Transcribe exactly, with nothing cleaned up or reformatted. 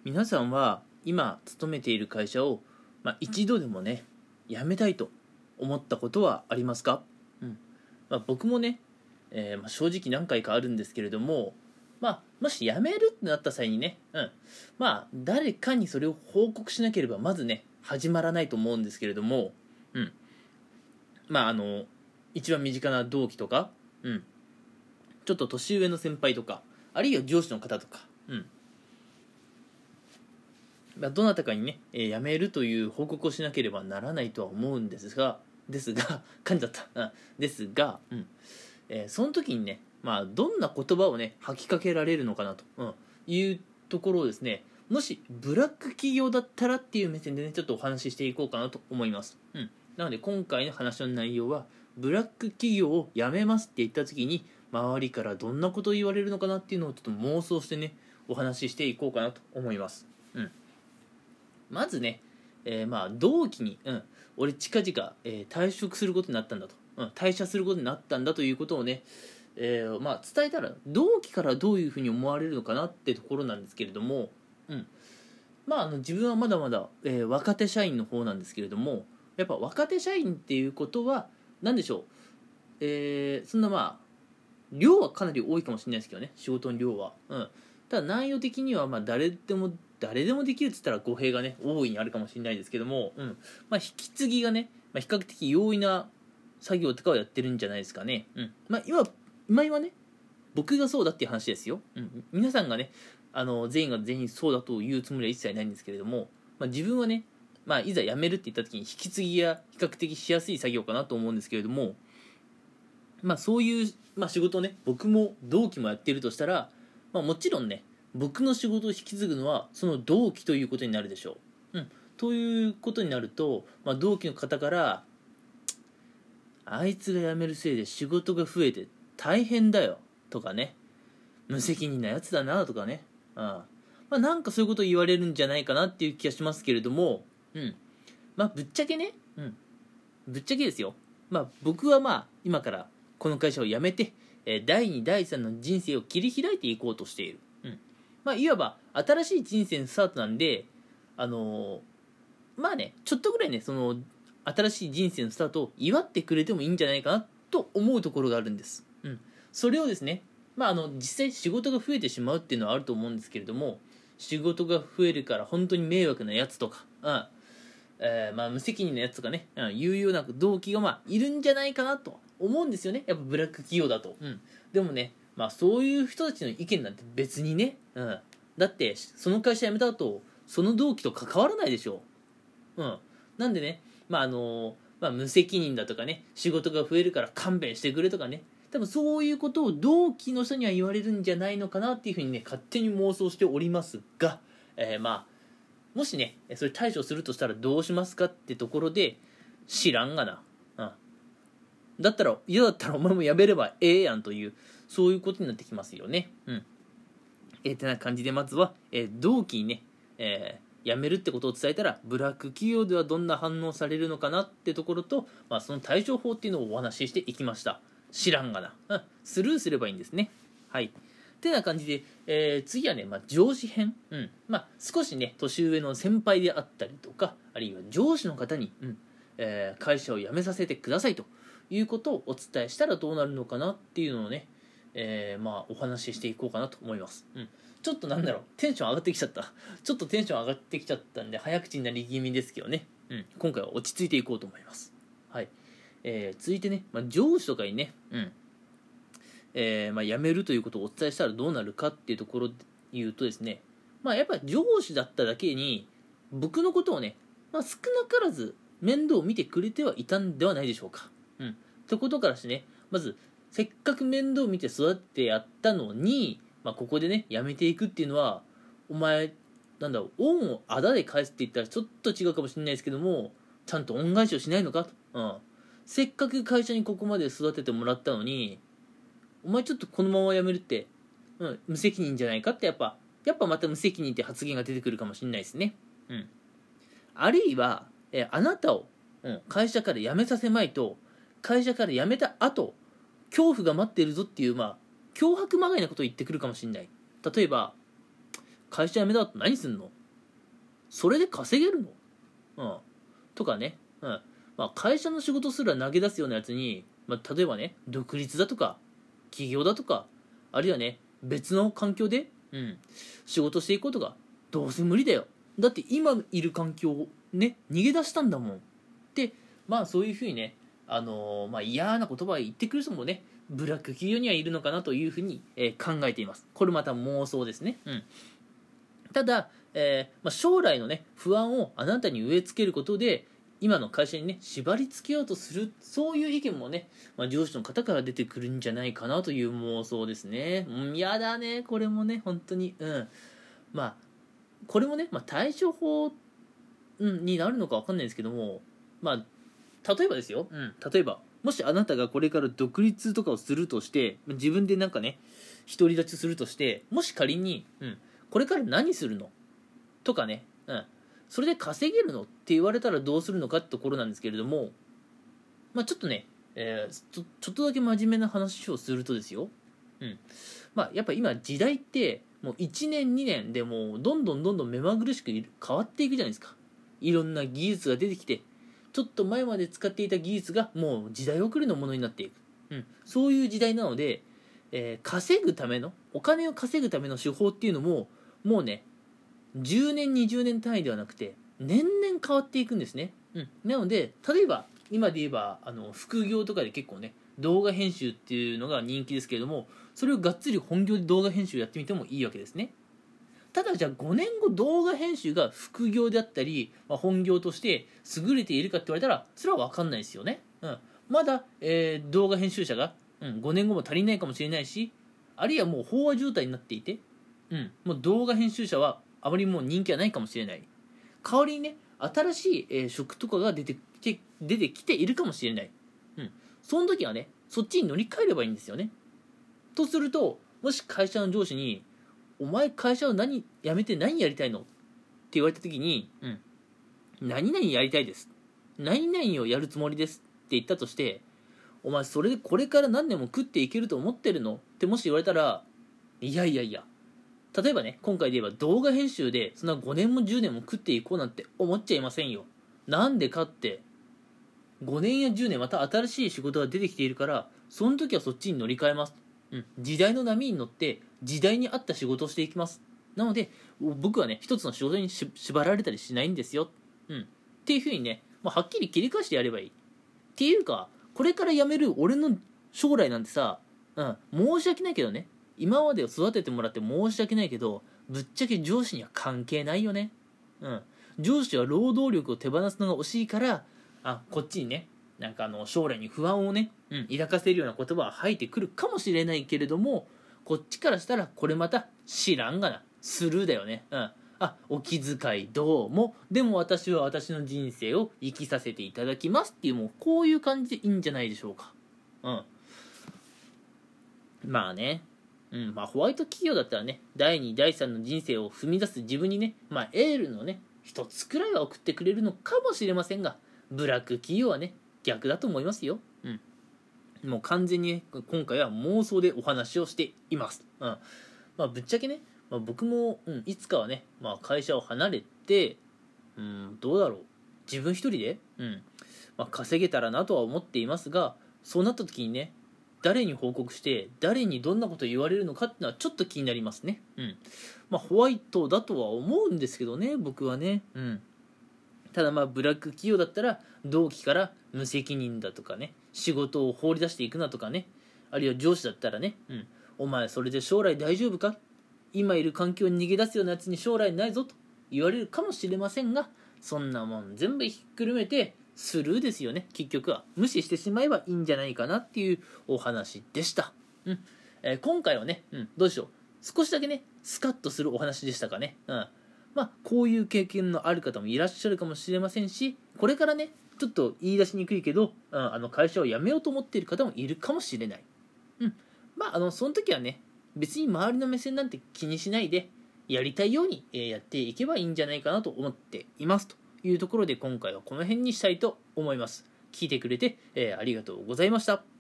皆さんは今勤めている会社を、まあ、一度でもね辞めたいと思ったことはありますか？うんまあ、僕もね、えーまあ、正直何回かあるんですけれども、まあ、もし辞めるってなった際にね、うんまあ、誰かにそれを報告しなければまずね始まらないと思うんですけれども、うんまああの一番身近な同期とか、うん、ちょっと年上の先輩とか、あるいは上司の方とか、うんまあ、どなたかにね、えー辞めるという報告をしなければならないとは思うんですがですが噛んじゃった、うん、ですが、うんえーその時にね、まあ、どんな言葉をね吐きかけられるのかなと、うん、いうところをですね、もしブラック企業だったらっていう目線でねちょっとお話ししていこうかなと思います、うん、なので今回の話の内容はブラック企業を辞めますって言った時に周りからどんなことを言われるのかなっていうのをちょっと妄想してねお話ししていこうかなと思います、うんまずね、えーまあ同期に、うん、俺近々、えー退職することになったんだと、うん、退社することになったんだということをね、えーまあ、伝えたら同期からどういうふうに思われるのかなってところなんですけれども、うんまあ、あの自分はまだまだ、えー若手社員の方なんですけれども、やっぱ若手社員っていうことは何でしょう、えーそんなまあ量はかなり多いかもしれないですけどね、仕事の量は、うん、ただ内容的にはまあ誰でも誰でもできるっつったら語弊がね大いにあるかもしれないですけども、うんまあ、引き継ぎがね、まあ、比較的容易な作業とかをやってるんじゃないですかね、うんまあ、今今はね僕がそうだっていう話ですよ、うん、皆さんがねあの全員が全員そうだというつもりは一切ないんですけれども、まあ、自分はね、まあ、いざ辞めるって言った時に引き継ぎが比較的しやすい作業かなと思うんですけれども、まあ、そういう、まあ、仕事をね僕も同期もやっているとしたら、まあ、もちろんね僕の仕事を引き継ぐのはその同期ということになるでしょう、うん、ということになると、まあ、同期の方からあいつが辞めるせいで仕事が増えて大変だよとかね、無責任なやつだなとかね、うんまあ、なんかそういうことを言われるんじゃないかなっていう気がしますけれども、うんまあぶっちゃけね、うん、ぶっちゃけですよ、まあ、僕はまあ今からこの会社を辞めて、えーだいにだいさんの人生を切り開いていこうとしている、うんまあ、いわば新しい人生のスタートなんで、あのーまあねちょっとぐらいねその新しい人生のスタートを祝ってくれてもいいんじゃないかなと思うところがあるんです、うん、それをですね、まあ、あの実際仕事が増えてしまうっていうのはあると思うんですけれども、仕事が増えるから本当に迷惑なやつとか、うんえーまあ、無責任なやつとかね、うん、いうような動機がまあいるんじゃないかなと思うんですよね、やっぱブラック企業だと、うん、でもね、まあ、そういう人たちの意見なんて別にね、うん、だってその会社辞めた後その同期と関わらないでしょう、うん、なんでね、まああのまあ、無責任だとかね仕事が増えるから勘弁してくれとかね、多分そういうことを同期の人には言われるんじゃないのかなっていうふうにね勝手に妄想しておりますが、えー、まあもしねそれ対処するとしたらどうしますかってところで、知らんがな、うん、だったら嫌だったらお前もやめればええやんという、そういうことになってきますよね、うんえー、てな感じでまずは、えー、同期にね、えー、辞めるってことを伝えたらブラック企業ではどんな反応されるのかなってところと、まあ、その対処法っていうのをお話ししていきました。知らんがな、うん、スルーすればいいんですね。はいってな感じで、えー、次はね、まあ、上司編、うんまあ、少しね年上の先輩であったりとか、あるいは上司の方に、うんえー会社を辞めさせてくださいということをお伝えしたらどうなるのかなっていうのをね、えーまあ、お話ししていこうかなと思います、うん、ちょっとなんだろうテンション上がってきちゃったちょっとテンション上がってきちゃったんで早口になり気味ですけどね、うん、今回は落ち着いていこうと思います。はい、えー続いてね、まあ、上司とかにね、うんえーまあ、辞めるということをお伝えしたらどうなるかっていうところで言うとですね、まあ、やっぱり上司だっただけに僕のことをね、まあ、少なからず面倒を見てくれてはいたんではないでしょうか。うん。ってことからしてね、まずせっかく面倒を見て育ってやったのに、まあ、ここでね辞めていくっていうのは、お前なんだろう恩をあだで返すって言ったらちょっと違うかもしれないですけども、ちゃんと恩返しをしないのかと、うん、せっかく会社にここまで育ててもらったのにお前ちょっとこのまま辞めるって、うん、無責任じゃないかって、やっぱやっぱまた無責任って発言が出てくるかもしれないですね。うん、あるいはえあなたを、うん、会社から辞めさせまいと、会社から辞めた後恐怖が待っているぞっていう、まあ脅迫まがいなことを言ってくるかもしれない。例えば会社辞めた後何すんの？それで稼げるの？うん。とかね。うん。まあ、会社の仕事すら投げ出すようなやつに、まあ、例えばね、独立だとか、起業だとか、あるいはね、別の環境で、うん、仕事していくことが、どうせ無理だよ。だって今いる環境をね、逃げ出したんだもん。で、まあそういうふうにね、あのー、まあ嫌な言葉を言ってくる人もね、ブラック企業にはいるのかなというふうに、えー、考えています。これまた妄想ですね。うん。ただ、えーまあ、将来のね、不安をあなたに植え付けることで、今の会社にね、縛り付けようとする、そういう意見もね、まあ、上司の方から出てくるんじゃないかなという妄想ですね。うん、やだね、これもね、本当に。うん。まあ、これもね、まあ、対処法、うん、になるのか分かんないですけども、まあ、例えばですよ、うん、例えば、もしあなたがこれから独立とかをするとして、自分でなんかね、独り立ちするとして、もし仮に、うん、これから何するのとかね、うん、それで稼げるのって言われたらどうするのかってところなんですけれども、まあ、ちょっとね、えー、ちょちょっとだけ真面目な話をするとですよ、うんまあ、やっぱ今時代ってもういちねんにねんでもうどんどんどんどん目まぐるしく変わっていくじゃないですか。いろんな技術が出てきて、ちょっと前まで使っていた技術がもう時代遅れのものになっていく、うん、そういう時代なので、えー、稼ぐためのお金を稼ぐための手法っていうのももうねじゅうねんにじゅうねん単位ではなくて年々変わっていくんですね、うん、なので例えば今で言えばあの副業とかで結構ね動画編集っていうのが人気ですけれども、それをがっつり本業で動画編集やってみてもいいわけですね。ただじゃあごねんご動画編集が副業であったり、まあ、本業として優れているかって言われたらそれは分かんないですよね、うん、まだ、えー、動画編集者が、うん、ごねんごも足りないかもしれないし、あるいはもう飽和状態になっていて、うん、もう動画編集者はあまりもう人気はないかもしれない。代わりにね新しい、えー、職とかが出てきて出てきているかもしれない、うん、その時はねそっちに乗り換えればいいんですよね。とするともし会社の上司にお前会社を何辞めて何やりたいのって言われた時に、うん、何々やりたいです、何々をやるつもりですって言ったとして、お前それでこれから何年も食っていけると思ってるのってもし言われたら、いやいやいや、例えばね今回で言えば動画編集でそんなごねんもじゅうねんも食っていこうなんて思っちゃいませんよ。なんでかってごねんやじゅうねんまた新しい仕事が出てきているから、その時はそっちに乗り換えます、うん、時代の波に乗って時代に合った仕事をしていきます。なので僕はね一つの仕事に縛られたりしないんですよ、うん、っていうふうにね、まあ、はっきり切り返してやればいいっていうか、これから辞める俺の将来なんてさ、うん、申し訳ないけどね、今までを育ててもらって申し訳ないけどぶっちゃけ上司には関係ないよね、うん、上司は労働力を手放すのが惜しいから、あこっちにねなんかあの将来に不安をね、うん、抱かせるような言葉は吐いてくるかもしれないけれども、こっちからしたらこれまた知らんがなスルーだよね、うん、あお気遣いどうも、でも私は私の人生を生きさせていただきますっていう、もうこういう感じでいいんじゃないでしょうか。うんまあね、うんまあ、ホワイト企業だったらねだいにだいさんの人生を踏み出す自分にね、まあ、エールのね一つくらいは送ってくれるのかもしれませんが、ブラック企業はね逆だと思いますよ。うんもう完全に、ね、今回は妄想でお話をしています。うんまあ、ぶっちゃけね、まあ、僕も、うん、いつかはね、まあ、会社を離れて、うん、どうだろう自分一人で、うんまあ、稼げたらなとは思っていますが、そうなった時にね誰に報告して誰にどんなことを言われるのかっていうのはちょっと気になりますね。うんまあ、ホワイトだとは思うんですけどね僕はね、うん、ただまあブラック企業だったら同期から無責任だとかね、仕事を放り出していくなとかね、あるいは上司だったらね、うん、お前それで将来大丈夫か、今いる環境に逃げ出すようなやつに将来ないぞと言われるかもしれませんが、そんなもん全部ひっくるめてスルーですよね。結局は無視してしまえばいいんじゃないかなっていうお話でした。うんえー、今回はね、うん、どうでしょう、少しだけねスカッとするお話でしたかね。うんまあこういう経験のある方もいらっしゃるかもしれませんし、これからねちょっと言い出しにくいけど、うん、あの会社を辞めようと思っている方もいるかもしれない。うんまああのその時はね別に周りの目線なんて気にしないでやりたいようにやっていけばいいんじゃないかなと思っていますというところで、今回はこの辺にしたいと思います。聞いてくれて、えー、ありがとうございました。